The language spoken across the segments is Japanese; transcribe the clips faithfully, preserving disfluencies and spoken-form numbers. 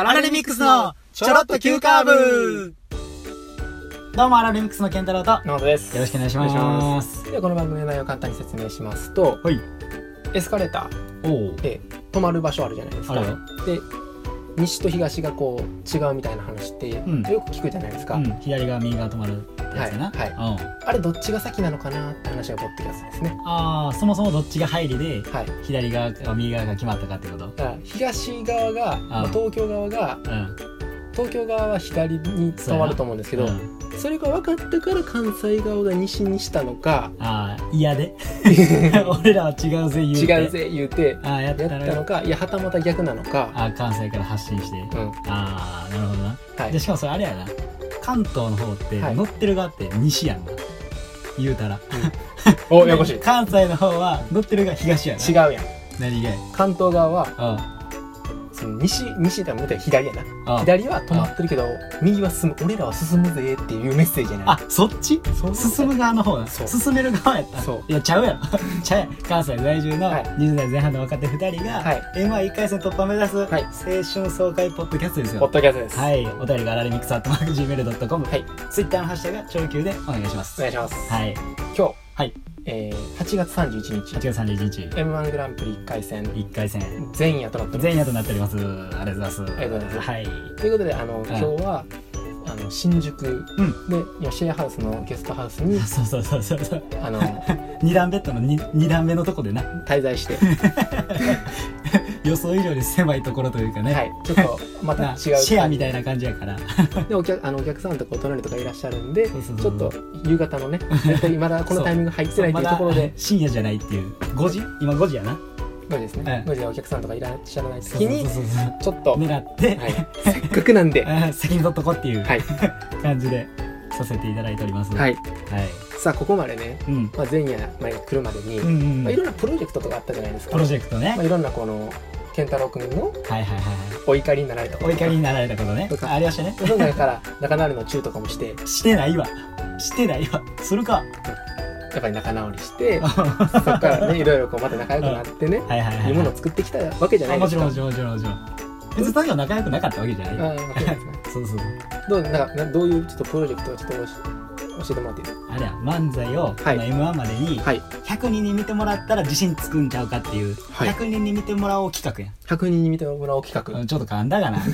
アラレミックスのちょろっと急カーブ。どうもアラレミックスの健太郎と野本です。 よろしくお願いします。 ではこの番組の内容を簡単に説明しますと、 はい、 エスカレーターで止まる場所あるじゃないですか。で西と東がこう違うみたいな話って、うん、よく聞くじゃないですか、うん、 左側右側止まるやつな、 はいはい、あれどっちが先なのかなって話がポッドキャストですね。 ああ、そもそもどっちが入りで、はい、左側か右側が決まったかってこと。 だから東側が、まあ、東京側が、うん、東京側は左に止まると思うんですけど、 そ,、うん、それが分かったから関西側が西にしたのか、 ああ嫌で俺らは違うぜ言うて違うぜ言うてあやったのか、いやはたまた逆なのか、 あ関西から発信して、うん、ああなるほどな、はい、でしかもそれあれやな、関東の方って乗ってる側って西やんな、はい、言うたら、 うん、おややこしい関西の方は乗ってる側東やな。 違うやん。 何が関東側は、うんその西西って言ったら左やな。ああ左は止まってるけど右は進む、俺らは進むぜっていうメッセージじゃない。 あそっち進む側の方だ。進める側やった。そういやちゃうやろちゃうやん。関西在住のにじゅう代前半の若手ふたりが、はい、エムワンいっ 回戦突破目指す、はい、青春爽快ポッドキャストですよ。 ポッドキャストです。 はい、お便りがアラレミックスアットマーク ジーメールドットコム、はい、ツイッターのハッシュタグチョロ Q でお願いします。 お願いします。 はい、 今日、 はいえー、はちがつさんじゅういちにち、 はちがつさんじゅういちにち エムワン グランプリいっかい戦いっかい戦前夜となっております。 前夜となっております。ありがとうございます。 ありがとうございます。 はい、 ということであの、うん、今日はあの新宿で、うん、今シェアハウスのゲストハウスにそうそうそうそうそうあのに段ベッドの 2, 2段目のとこでな滞在して予想以上に狭いところというかね、 はい、ちょっとまた違うシェアみたいな感じやからで お, 客あのお客さんとかお隣とかいらっしゃるんで、そうそうそう、ちょっと夕方のね絶対まだこのタイミング入ってないっていうところで、ま、 深夜じゃないっていうごじ今ごじやなごじですね、うん、ごじでお客さんとかいらっしゃらない時にちょっと狙って、 はい、せっかくなんで責任取っとこっていう、はい、感じでさせていただいております。 はい、はい、さあここまでね、うんまあ、前夜前来るまでに、うんうんまあ、いろんなプロジェクトとかあったじゃないですか。 プロジェクトね、 まあ、いろんなこの健太郎君のはいはいはいお怒りになられたことお怒りになられたことねありましたね。 その中から仲直りのチューとかもしてしてないわしてないわするか、 やっぱり仲直りしてそこからねいろいろこうまた仲良くなってね、はいはいはいはい、いいものを作ってきたわけじゃないですか。 もちろんもちろんもちろんもちろん別に単仲良くなかったわけじゃない。ああそうそうどうなんかどういうちょっとプロジェクトをちょっと教えてもらっていいですか。 あれや漫才を、はい、エムワン までにひゃくにんに見てもらったら自信つくんちゃうかっていう、はい、ひゃくにんに見てもらおう企画やん。 ひゃくにんに見てもらおう企画、 ちょっと噛んだかな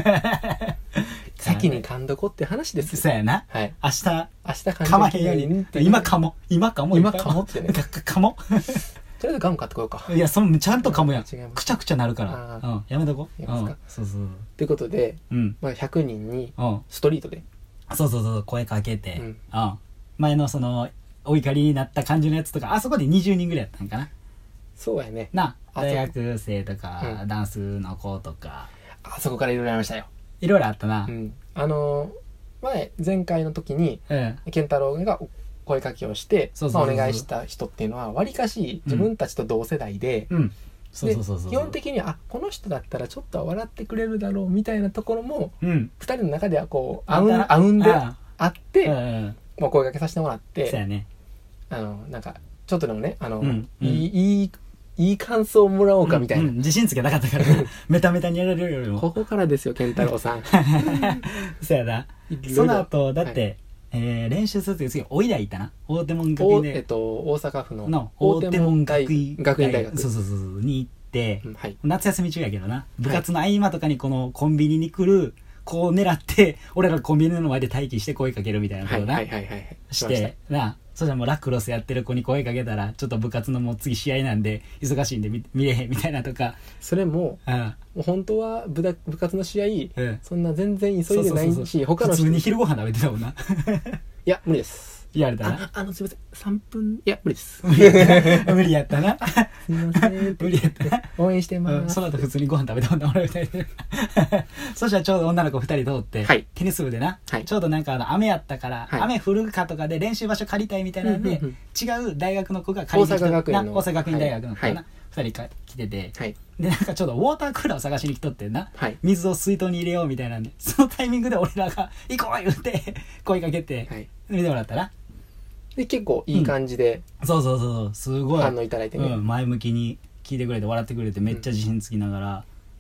先に噛んどこって話です。 そうやな、はい、明日明日噛まへんように今噛も今噛も今噛もってね噛もとりあえずガム買ってこようか。 いやそのちゃんと噛むやん。くちゃくちゃなるから、うん、やめとこう。 やめますか、うん、 そうそうということで、うんまあ、ひゃくにんにストリートで、 うん、そうそうそう声かけて、うんうん、前のそのお怒りになった感じのやつとかあそこでにじゅうにんぐらいやったんかな。 そうやね。 な大学生とか、うん、ダンスの子とかあそこからいろいろありましたよ。 いろいろあったな、 うん、あのー、前前回の時に、うん、健太郎が声かけをしてお願いした人っていうのはわりかし自分たちと同世代で、うん、基本的にはあこの人だったらちょっとは笑ってくれるだろうみたいなところも、うん、ふたりの中ではこうあうんあうんであって、うんうんまあ、声かけさせてもらって、 そうやね、 あのなんかちょっとでもねあの、うんうん、いいいいいい感想をもらおうかみたいな、うんうん、 自信つけなかったからメタメタにやられるよりもここからですよ健太郎さんそうやな。その後だって、はいえー、練習するとき次おいらいたな大手門学院で、 えっと、大阪府のの大手門学院学院大学そうそうそうに行って、うんはい、夏休み中やけどな部活の合間とかにこのコンビニに来る子を狙って俺らコンビニの前で待機して声かけるみたいなことな、はいはいはいはい、してなそしたらもうラクロスやってる子に声かけたらちょっと部活のもう次試合なんで忙しいんで 見, 見れへんみたいなとかそれも、うん、もう本当は 部, だ部活の試合、うん、そんな全然急いでないしそうそうそうそう他の人普通に昼ご飯食べてたもんないや無理です言われたな。 あ、あのすいませんさんぷんいや無理です無理やったなすいません無理やったな応援してます、うん、 その後普通にご飯食べたもんな俺みたいでそしたらちょうど女の子ふたり通って、はい、テニス部でな、はい、ちょうどなんかあの雨やったから、はい、雨降るかとかで練習場所借りたいみたいなんで、うんうんうん、違う大学の子が借りに来た大阪学院の大阪学院大学の子かな、はいふたりか来てて、はい、でなんかちょうどウォータークーラーを探しに来とってんな、はい、水を水筒に入れようみたいなんでそのタイミングで俺らが行こう言って声かけて、はい、見てもらったらで結構いい感じで、 うん、そうそうそうすごい反応いただいてね、 うん、前向きに聞いてくれて笑ってくれてめっちゃ自信つきながら、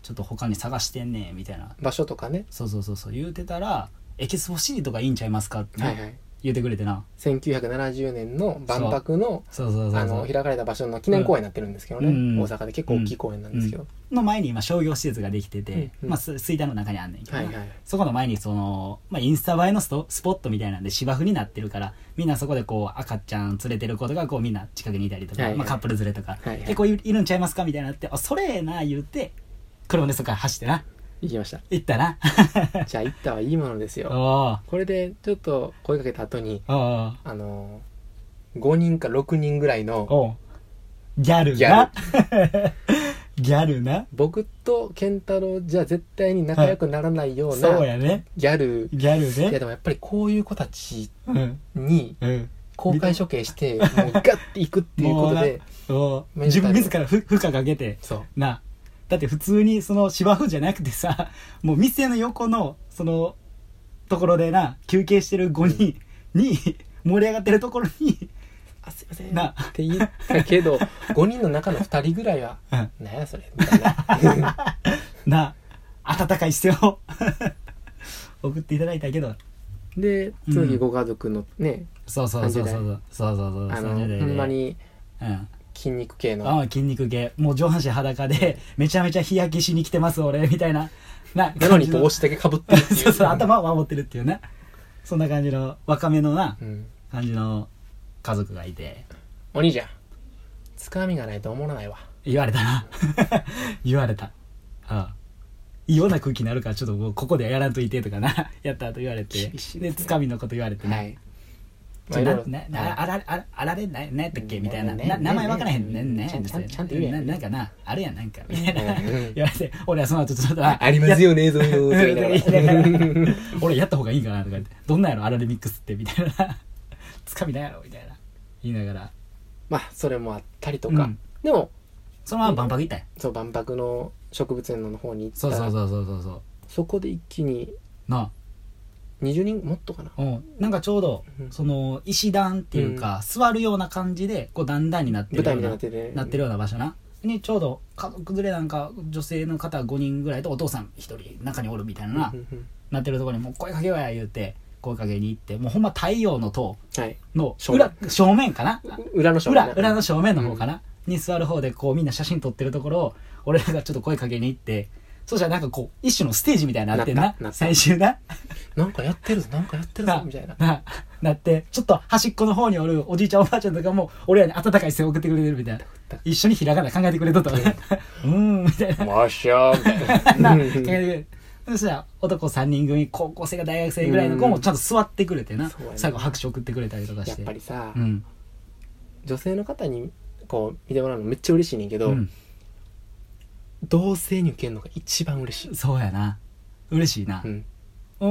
ちょっと他に探してんねんみたいな場所とかね、 そうそうそうそう言うてたらエキスポシティとかいいんちゃいますかって、ね、はいはい、言うてくれてな。 せんきゅうひゃくななじゅうねんの万博の開かれた場所の記念公園になってるんですけどね、うん、大阪で結構大きい公園なんですけど、 うんうん、の前に今商業施設ができてて、うんうん、まあ、吹田の中にあんねんけど、はいはい、そこの前にその、まあ、インスタ映えのストスポットみたいなんで芝生になってるから、みんなそこでこう赤ちゃん連れてる子とかこうみんな近くにいたりとか、はいはい、まあ、カップル連れとか、はいはい、結構いるんちゃいますかみたいになって、あそれええな言うて車でそこから走ってな行きました。 行ったなじゃあ行ったはいいものですよ。これでちょっと声かけた後にあのごにんかろくにんぐらいのギャルなギャルな僕と健太郎じゃ絶対に仲良くならないような、 はい、そうやね、 ギャルギャルね。 いやでもやっぱりこういう子たちに公開処刑してもうガッていくっていうことで自分自ら負荷かけてそうな。だって普通にその芝生じゃなくてさ、もう店の横のそのところでな休憩してるごにんに盛り上がってるところにあすいませんなって言ったけどごにんの中のふたりぐらいは、うん、なんやそれみたいなな温かい視線を送っていただいたけど、 で次ご家族のね、うん、 そうそうそうそうそうそうそうあのほんまに、うん筋肉系のああ筋肉系もう上半身裸でめちゃめちゃ日焼けしに来てます俺みたいなななのに帽子だけかぶってるっていうそうそう頭を守ってるっていうね、そんな感じの若めのな、うん、感じの家族がいて、 お兄ちゃんつかみがないと思わないわ言われたな言われた、ああ異様な空気になるからちょっともうここでやらんといてとかなやった後言われて、でつかみのこと言われてね、はいちょなななあらあらあられな何やったっけみたいな、な名前分からへんねんねんちゃんと言うやんなんかなあるやんなんかみたいな言われて、俺はその後ちょっとありますよねそういうの俺やった方がいいかなとか言って、どんなんやろあられミックスってみたいなつかみなんやろみたいな言いながら、 まあそれもあったりとか、でもそのまま万博行ったんや。 そう万博の植物園の方に行ったら、 そうそうそうそうそうそこで一気になあにじゅうにんもっとかな、 うん、なんかちょうど、うん、その石段っていうか、うん、座るような感じでこう段々になってるよう な, なってるなってるような場所なにちょうど家族連れなんか女性の方ごにんぐらいとお父さんひとり中におるみたいな、うん、なってるところにもう声かけようや言うて声かけに行って、もうほんま太陽の塔の裏、はい、正面かな裏の正面裏, 裏の正面の方かな、うん、に座る方でこうみんな写真撮ってるところを俺らがちょっと声かけに行って、そうしたらなんかこう一種のステージみたいになってん な, な最終ななんかやってるぞなんかやってるぞみたいなな, なってちょっと端っこの方におるおじいちゃんおばあちゃんとかも俺らに温かい視線を送ってくれてるみたいな、一緒にひらがな考えてくれとったうーんみたいなマッシャーみたいななそしたら男さんにん組高校生か大学生ぐらいの子もちゃんと座ってくれてな、最後拍手送ってくれたりとかして、 やっぱりさ、うん、女性の方にこう見てもらうのめっちゃ嬉しいねんけど、うん、同性に受けるのが一番嬉しい。 そうやな嬉しいな、うん、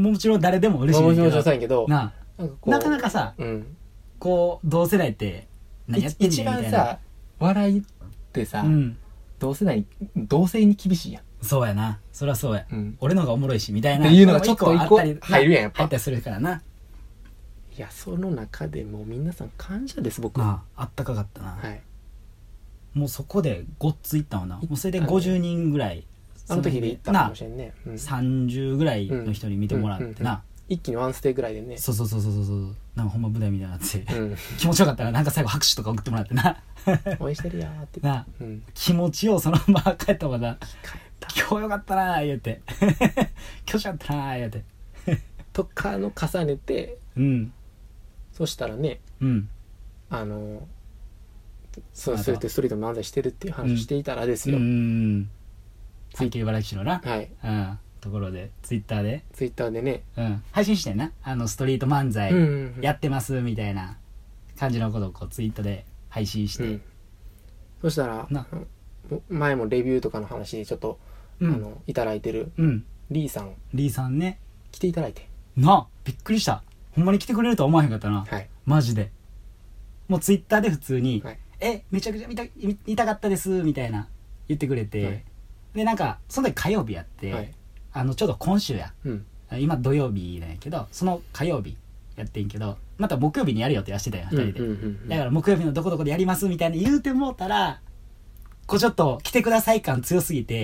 もちろん誰でも嬉しいんだけど、もちろんそうやけどな, なかなかさ、うん、こう同世代って何やってんねんみたいな、 一番さ笑いってさ、うん、同世代に同性に厳しいやん。 そうやなそりゃそうや、うん、俺のがおもろいしみたいなっていうのがちょっと一個入るやんやっぱ入ったりするからな。 いやその中でもう皆さん感謝です僕。 ああったかかったな、はい、もうそこでごっついったわな。もうそれでごじゅうにんぐらいあの時で行ったかもしれんね、 うん、さんじゅうぐらいの人に見てもらってな、うんうんうんうん、 一気にワンステぐらいでね。 そうそうそうそうそう、なんかほんま舞台みたいになって、うん、気持ちよかったらなんか最後拍手とか送ってもらってな応援してるよーってな、うん、気持ちよそのまま帰ったもんな。今日よかったなー言うて今日よかったなー言うてとかの重ねて、うん、そしたらね、うん、あのそうそれってストリート漫才してるっていう話をしていたらですよ、うんうん最近茨城市のな、はいうん、ところでツイッターでツイッターでね、 うん、配信してんな、あのストリート漫才やってますみたいな感じのことをこうツイッターで配信して、うん、 そしたらな前もレビューとかの話でちょっと、うん、あのいただいてる、うん、リーさんリーさんね来ていただいてなびっくりした。ほんまに来てくれるとは思わへんかったな、はい、マジでもうツイッターで普通に、はい、えめちゃくちゃ見た見たかったですみたいな言ってくれて、はいでなんかその時火曜日やって、はい、あのちょうど今週や、うん、今土曜日なんやけどその火曜日やってんけどまた木曜日にやるよってやしてたよふたりで、うんうんうんうん、だから木曜日のどこどこでやりますみたいな言うてもうたらこうちょっと来てください感強すぎて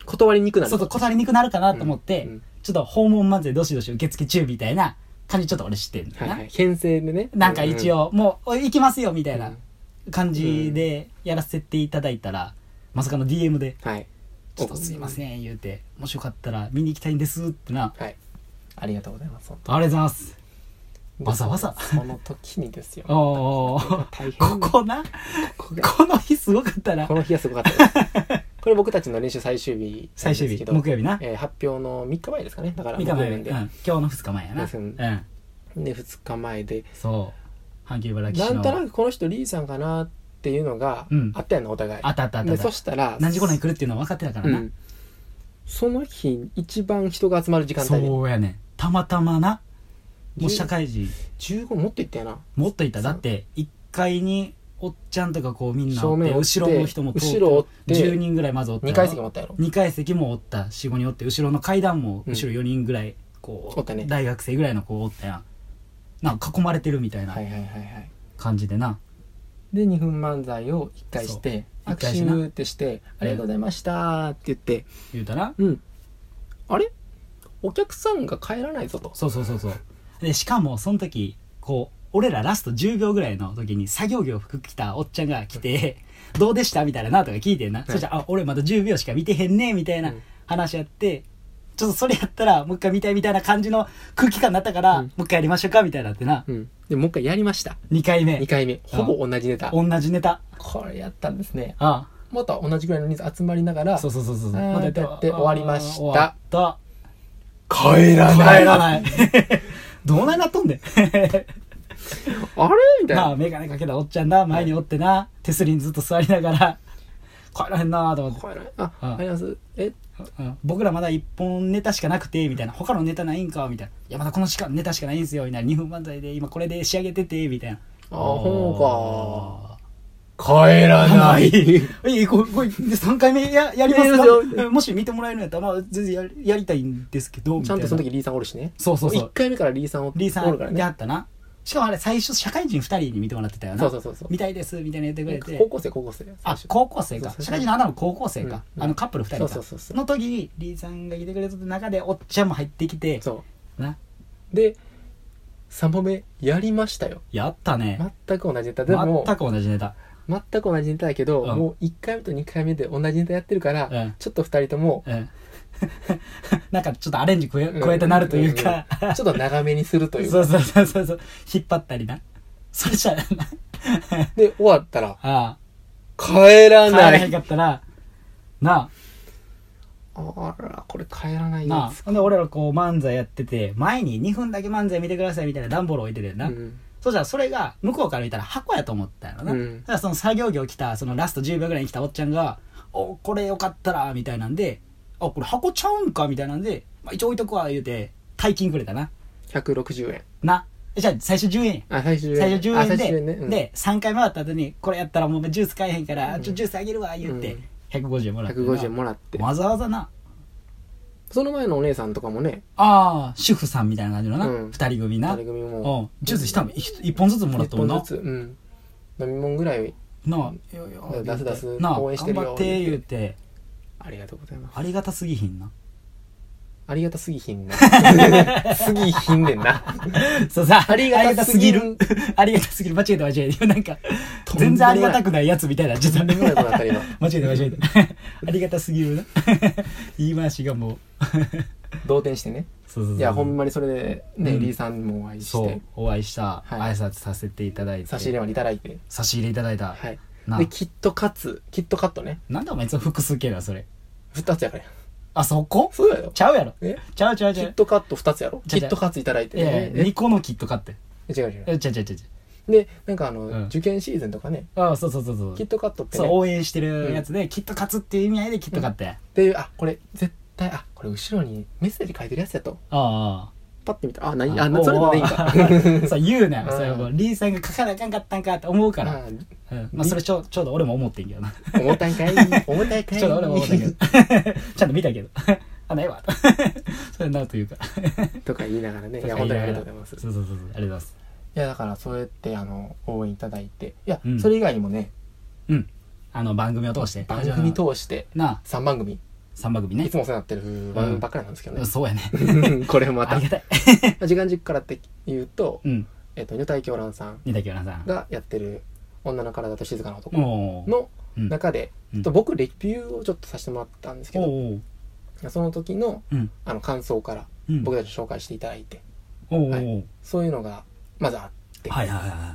断りにくくなる。 そうそう、断りにくくなるかなと思って、うんうん、ちょっと訪問漫才どしどし受付中みたいな感じちょっと俺知ってるんだよな。はいはい。 編成でね。 なんか一応、うん、もう、行きますよみたいな感じでやらせていただいたら、まさかの ディーエム で、はい。ちょっとすいません言うて、もしよかったら見に行きたいんですってな。 はい。ありがとうございます。 ありがとうございます。わざわざ。 その時にですよ。 おー。大変。ここな。こ, この日すごかったな。 この日はすごかったです。これ僕たちの練習最終日最終日木曜日な、 えー、発表のみっかまえですかね。だからみっかまえで、うん、今日のふつかまえやな。 うん、でふつかまえでそう阪急茨城市のなんとなくこの人リーさんかなっていうのがあったやんな、お互い。 あったあったあった。 でそしたら何時頃に来るっていうのは分かってたからな、うん、 その日一番人が集まる時間帯でそうやねたまたまなもう社会人じゅうごもっといったやな。 もっといた。だっていっかいにおっちゃんとかこうみんなおって後ろの人も後ろおってじゅうにんぐらいまずおった。 にかい席もおったやろ。 にかい席もおった。 よんごにんおって後ろの階段も後ろよにんぐらいこう、 おったね。 大学生ぐらいの子おったやん。なんか囲まれてるみたいな感じでな。 でにふん漫才をいっかいして握手ってしてありがとうございましたって言って言うたら、 うん、あれお客さんが帰らないぞと。 そうそうそうそう。でしかもその時こう俺らラストじゅうびょうぐらいの時に作業着服着たおっちゃんが来て、うん、どうでしたみたいななとか聞いてんな、はい、そしたらあ俺まだじゅうびょうしか見てへんねみたいな話やって、うん、ちょっとそれやったらもう一回見たいみたいな感じの空気感になったから、うん、もう一回やりましょうかみたいなってな、 うん、でもう一回やりました。 にかいめにかいめほぼ同じネタ。 同じネタこれやったんですね。 ああまた同じぐらいの人数集まりながらそうそうそうそうまたやって終わりました。終わった帰らない帰らないどうなっとんであれみたいな。 まあ、メガネかけたおっちゃんな、前におってな、はい、手すりにずっと座りながら、帰らへんなと思って。 帰らへん。あ、うん、あります。え、 うん、僕らまだ一本ネタしかなくて、みたいな。他のネタないんかみたいな。いや、まだこの時間ネタしかないんすよ、みたいな。にふん漫才で今これで仕上げてて、みたいな。 あ、ほうか。帰らない。 え、これ、これ、さんかいめや、やりますか？もし見てもらえるんやったら、まあ、全然やり、やりたいんですけど、 ちゃんとその時リーさんおるしね。 そうそうそう。 いっかいめからリーさんおるからね。 リーさんやったな。しかもあれ最初社会人ふたりに見てもらってたよな。 そうそうそうそう。 見たいですみたいな言ってくれて。 高校生高校生。 あ、高校生か。社会人のあの高校生か。 うん、 あのカップルふたりか。 そうそうそう。 の時にリーさんが来てくれた中でおっちゃんも入ってきて。 そう。 な。 で、さんぼんめやりましたよ。 やったね。 全く同じネタでも。 全く同じネタ。 全く同じネタだけど、うん、もういっかいめとにかいめで同じネタやってるから、うん、ちょっとふたりとも、 うんなんかちょっとアレンジ超え、超えてなるというか、 うんうんうん、ちょっと長めにするというかそうそうそうそう引っ張ったりなそれじゃなで終わったらああ帰らない帰らへんかったらなああらこれ帰らないやつなあで俺らこう漫才やってて前ににふんだけ漫才見てくださいみたいな段ボール置いてるよな、うん、そしたらそれが向こうから見たら箱やと思ったよな、うん、だからその作業着を着たそのラストじゅうびょうぐらいに来たおっちゃんがおこれよかったらみたいなんであこれ箱ちゃうんかみたいなんで、まあ、一応置いとくわ言うて大金くれたなひゃくろくじゅうえんなじゃあ最初じゅうえんあ最初じゅうえん最初じゅうえんで、 じゅうえんねうん、 でさんかい回った後にこれやったらもうジュース買えへんから、うん、ちょジュースあげるわ言うて、うん、ひゃくごじゅうえんもらってひゃくごじゅうえんもらってわざわざなその前のお姉さんとかもねああ主婦さんみたいな感じのな、うん、ふたり組なふたり組もジュースしたのいっぽんずつもらったもんないっぽんずつ、うん、飲み物ぐらいなあ出す出す応援してるよ頑張って言うてありがとうございますありがたすぎひんなありがたすぎひんなすぎひんねんなそうさありがたすぎるありがたすぎる間違えた間違えたなんか全然ありがたくないやつみたいなちょっと間違えた間違えたありがたすぎるな言い回しがもう動転してねそうそうそういやほんまにそれでね、うん、リーさんもお会いしてそうお会いした、はい、挨拶させていただいて差し入れまでいただいて差し入れいただいた、 はい、でキットカツキットカットねなんでお前いつも複数形だそれふたつやからあそこそうやよちゃうやろえちゃうちゃうちゃうキットカットふたつやろキットカツいただいて、 ね、えにこのキットカット違う違う違う違う違う違うでなんかあの、うん、受験シーズンとかねあそうそうそうそうキットカットってねそう応援してるやつで、うん、キットカツっていう意味合いでキットカットや、 うん、であこれ絶対あこれ後ろにメッセージ書いてるやつやとああパッて見たらあ何ああそれでいいんかそう言うなよそれもリーさんが書かなあかんかったんかって思うから、うんまあ、それちょちょうど俺も思ってんけどな思ったんかい思ったんかいちょうど俺も思ったけどちゃんと見たけどあないわそれなるというかとか言いながらねいや本当にありがとうございますそうそうそうありがとうございますいやだからそうやってあの応援いただいていや、うん、それ以外にもねうんあの番組を通して番組通してなさんばんぐみさんばん組ね。 いつもお世話になってる番組ばっかりなんですけどね。 うん、そうやね。 これもまた。 ありがたい。 時間軸からって言うと、 うん、 えっと、女体狂乱さんがやってる女の体と静かな男の中で、うん、僕レビューをちょっとさせてもらったんですけど、その時の、うん、あの感想から僕たち紹介していただいて、うんはい、そういうのがまずあって、はいはいはい、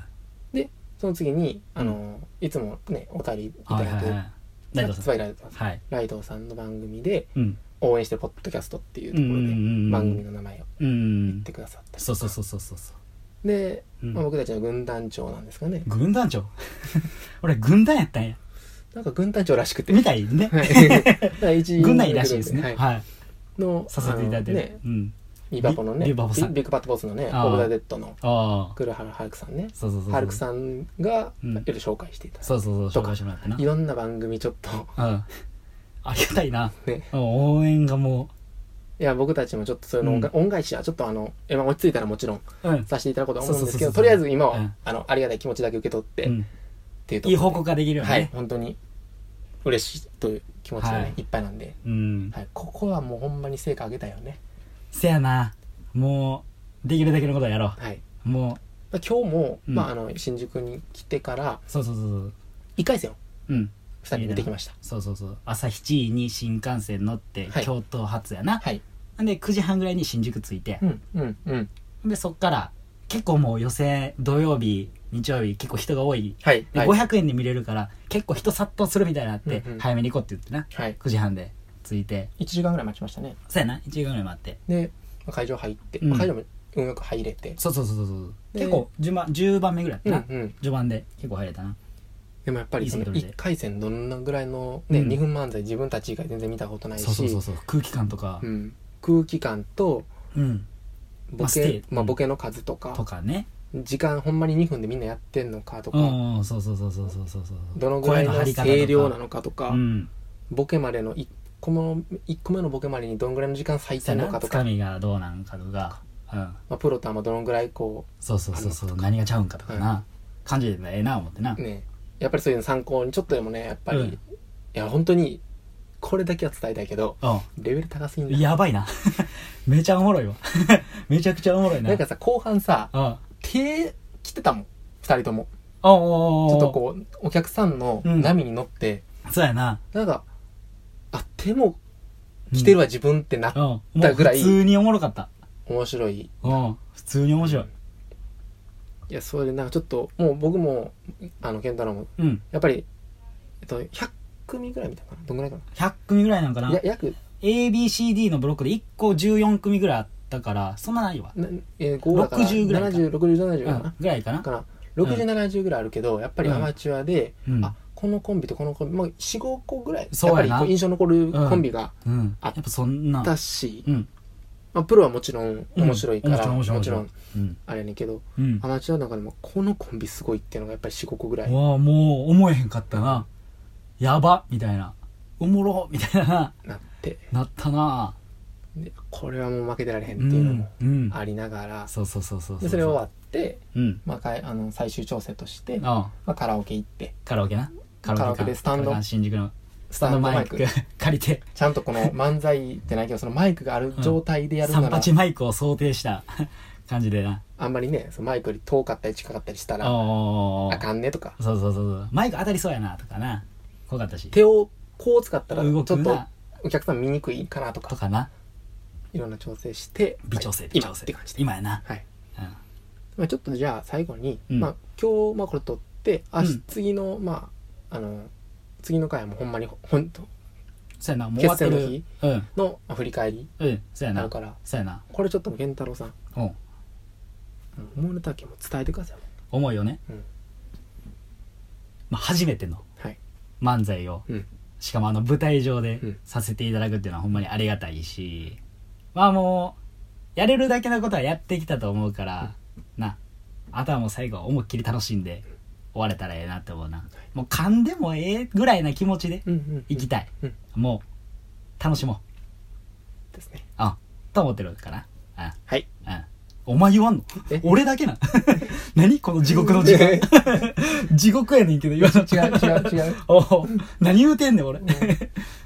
でその次にあの、うん、いつもねお便りいただいてるライドさん、ライドさん、はい、ライドさんの番組で、うん、応援してるポッドキャストっていうところで番組の名前を言ってくださったりとか、そうそうそうそうそうで、うんまあ、僕たちの軍団長なんですかね。 軍団長俺軍団やったんや。 なんか軍団長らしくてみたいね。 はい、 軍団いいらしいですね。はい。 はい、のさせていただいてる。 ね、うん。ビバポのね、ビッグバットボスのね、オブザデッドの黒原ハルクさんね。そうそうそう。ハルクさんがいろいろ紹介していただいて。 そうそうそう。紹介してもらってな。 いろんな番組ちょっと。 うん。ありがたいな。ね。応援がもう。いや、僕たちもちょっとそういうの、恩返しはちょっとあの、今落ち着いたらもちろんさせていただこうと思うんですけど、とりあえず今は、あの、ありがたい気持ちだけ受け取って、っていうと。 いい報告ができるよね。 はい、本当に。嬉しいという気持ちがね、はい、いっぱいなんで、うんはい、ここはもうほんまに成果上げたよね。 せやな、もうできるだけのことやろう。はい、もう今日も、うん、まあ、あの新宿に来てからそうそうそうそういっかい戦をふたりで出てきました。 そうそうそう、朝しちじに新幹線乗って、はい、京都発やな、はい、でくじはんぐらいに新宿着いて、うんうんうん、でそっから結構もう予選土曜日日曜日結構人が多い、はい、でごひゃくえんで見れるから結構人殺到するみたいになって、うんうん、早めに行こうって言ってな、はい、くじはんで着いていちじかんぐらい待ちましたね。 そうやな、いちじかんぐらい待ってで会場入って、うんまあ、会場も運よく入れて、 そうそうそうそう結構順番じゅうばんめぐらいやったな、うんうん、序盤で結構入れたな。 でもやっぱりそのいっかい戦どんなぐらいの、ねうん、にふん漫才自分たち以外全然見たことないし、 そうそうそうそう空気感とか、 うん、空気感と、うん、ボケ、まあ、ボケの数とか、 とかね、 時間ほんまににふんでみんなやってんのかとか、 うん、そうそうそうそうそうそう、 どのぐらいの声量なのかとか、うん、ボケまでのいっこのいっこめのボケまでにどのぐらいの時間割いてんのかとか、つかみがどうなんかとか、 うんまあ、プロとはどのぐらいこうそうそうそうそう何がちゃうんかとかな、うん、感じでええな思ってな、 ね、やっぱりそういうの参考にちょっとでもねやっぱり、うん、いや本当にこれだけは伝えたいけど、うん、レベル高すぎんだ。 やばいなめちゃおもろいわめちゃくちゃおもろいな。 なんかさ後半さ、うん、手切ってたもんふたりとも。ちょっとこうお客さんの波に乗って、 うん、そうやな、 なんかあ手も来てるわ、うん、自分ってなったぐらい、 うん、普通におもろかった。面白い、 うん、普通に面白い。 いやそれでなんかちょっともう僕もあの健太郎も、うん、やっぱり、えっと、ひゃくくみぐらい見たかな、どんぐらいかな、 ひゃくくみぐらいなんかな。 いや約エービーシーディー のブロックでいっこじゅうよんくみぐらいあったからそんなないわ。な、 えー、ごだからろくじゅうぐらいかなななじゅう、ろくじゅう、ななじゅうかな、うん、 ぐらいかなかなろくじゅう、ななじゅうぐらいあるけどやっぱりアマチュアで、うん、あこのコンビとこのコンビ、まあ、よん、ごこぐらいやっぱり印象残るコンビがあったし、うんうんまあ、プロはもちろん面白いから、うん、もちろんもちろんあれやねんけど、うん、アマチュアの中でもこのコンビすごいっていうのがやっぱりよん、ごこぐらい。 わあもう思えへんかったな。やばみたいな、おもろみたいななってなったな。 でこれはもう負けてられへんっていうのもありながら、うんうん、 そうそうそうそうでそれ終わって、うんまあ、あの最終調整として、まあ、カラオケ行ってカラオケなカラオケでスタンド新宿のスタンドマイク借りてちゃんとこの漫才じゃないけどそのマイクがある状態でやるなら、うん、 さんじゅうはちマイクを想定した感じでな。 あんまりねそのマイクより遠かったり近かったりしたらあかんねとか、 そうそうそうそうマイク当たりそうやなとかな、怖かったし手をこう使ったらちょっとお客さん見にくいかなとかとかないろんな調整して微調整微調整って感じで今やな、はいうんまあ、ちょっとじゃあ最後に、うんまあ、今日まあこれ撮って明日、うん、次のまああの次の回はもうほんまにほんとそうやなもう終わってる決戦の日の、うん、振り返りうんそうやなあるからそうやなこれちょっと健太郎さんうん思いの丈も伝えてください。 思いよね、うんまあ、初めての漫才を、うん、しかもあの舞台上でさせていただくっていうのはほんまにありがたいし、まあもうやれるだけのことはやってきたと思うから、うん、なあとはもう最後思いっきり楽しんで終われたらええなって思うな、はい、もう噛んでもええぐらいな気持ちでいきたい、うんうんうん、もう楽しもうですねあと思ってるかなあはい、 うんお前言わんの俺だけな何この地獄の時間地獄やねんけど言わんの違う違う違うお何言うてんねん俺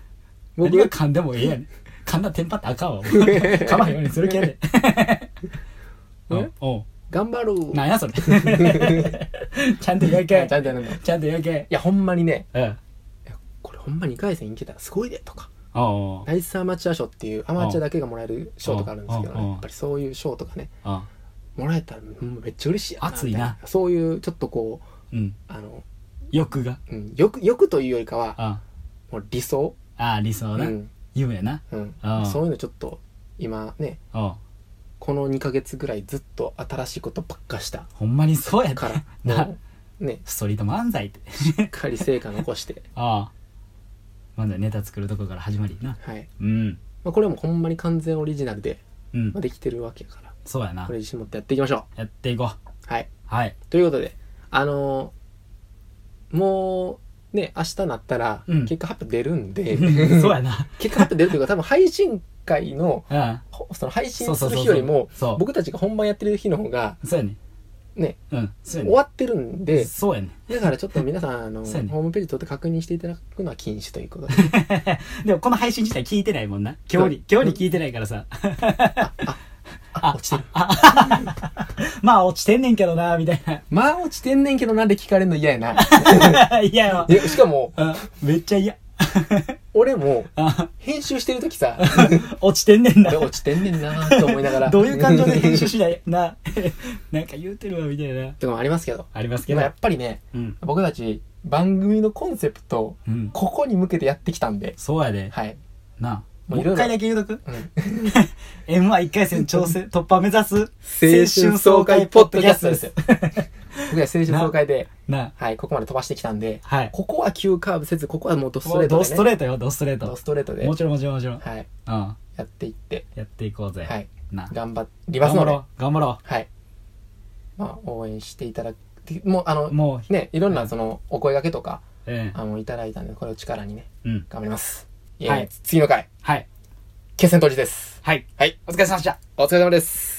何が噛んでもええやねん。噛んだテンパってあかんわ。噛まへんようにするけんねん。うん。おう。 頑張る。 なんやそれ。ちゃんと言うけ。 ちゃんと言うちゃんと言うけ。 いや、ほんまにね、 うん。 これほんまにかい戦いけたらすごいでとか。 おう。 ナイスアマチュア賞っていうアマチュアだけがもらえる賞とかあるんですけどね。やっぱりそういう賞とかね。もらえたらめっちゃ嬉しいやな。 熱いな。 そういうちょっとこう、うん。 あの、 欲が。 うん。欲、欲というよりかは、もう理想。 ああ、理想な。夢な。 うん。そういうのちょっと、今ね、このにかげつぐらいずっと新しいことばっかした。 ほんまにそうやから。な。ね。 ストリート漫才って。 しっかり成果残して。 ああ。まずネタ作るとこから始まりな。 はい。 うん。 まあこれもほんまに完全オリジナルで、 うん。 まあできてるわけやから。 そうやな。 これ自信持ってやっていきましょう。やっていこう。はい。 はい。 ということで、あのー、もう、ね、明日なったら、結果発表出るんで、 うん、そうやな。 結果発表出るというか、多分配信会の、うん、その配信する日よりも、僕たちが本番やってる日の方が、 そうやね。 ね、 うん、そうやね。 終わってるんで、 そうやね。 だからちょっと皆さん、あの、ね、ホームページ取って確認していただくのは禁止ということで。 でもこの配信自体聞いてないもんな。今日に、今日に聞いてないからさ。 あ、あ、あ、落ちてる。 まあ落ちてんねんけどな、みたいな。 まあ落ちてんねんけどなで聞かれるの嫌やな。 嫌やわ。 しかも、 めっちゃ嫌。 俺も、編集してるときさ、 落ちてんねんな。 落ちてんねんなと思いながら。 どういう感情で編集しないな。なんか言うてるわ、みたいな。 とかもありますけど。 ありますけど。 やっぱりね、僕たち番組のコンセプト、ここに向けてやってきたんで。 そうやで。 はい。 なあ。もう一回だけ言うとく、うん、エムワンいっかい戦挑戦突破目指す青春爽快ポッドキャストですよ。僕は青春爽快で、 なはい、ここまで飛ばしてきたんで、 はい、 ここは急カーブせず、ここはもうドストレートで、ね。 ドストレートよ、ドストレート。 ドストレートで。 もちろんもちろんもちろん。 はい。 うん。 やっていって。 やっていこうぜ。 はい。 な。 頑張りますので。 頑張ろう。頑張ろう。はい。まあ、応援していただく。もう、あの、もうね、いろんなその、お声掛けとか、ええ、あの、いただいたんで、これを力にね、うん、頑張ります。はい。次の回。 はい。 決戦当日です。 はい。 はい。 お疲れ様でした。 お疲れ様です。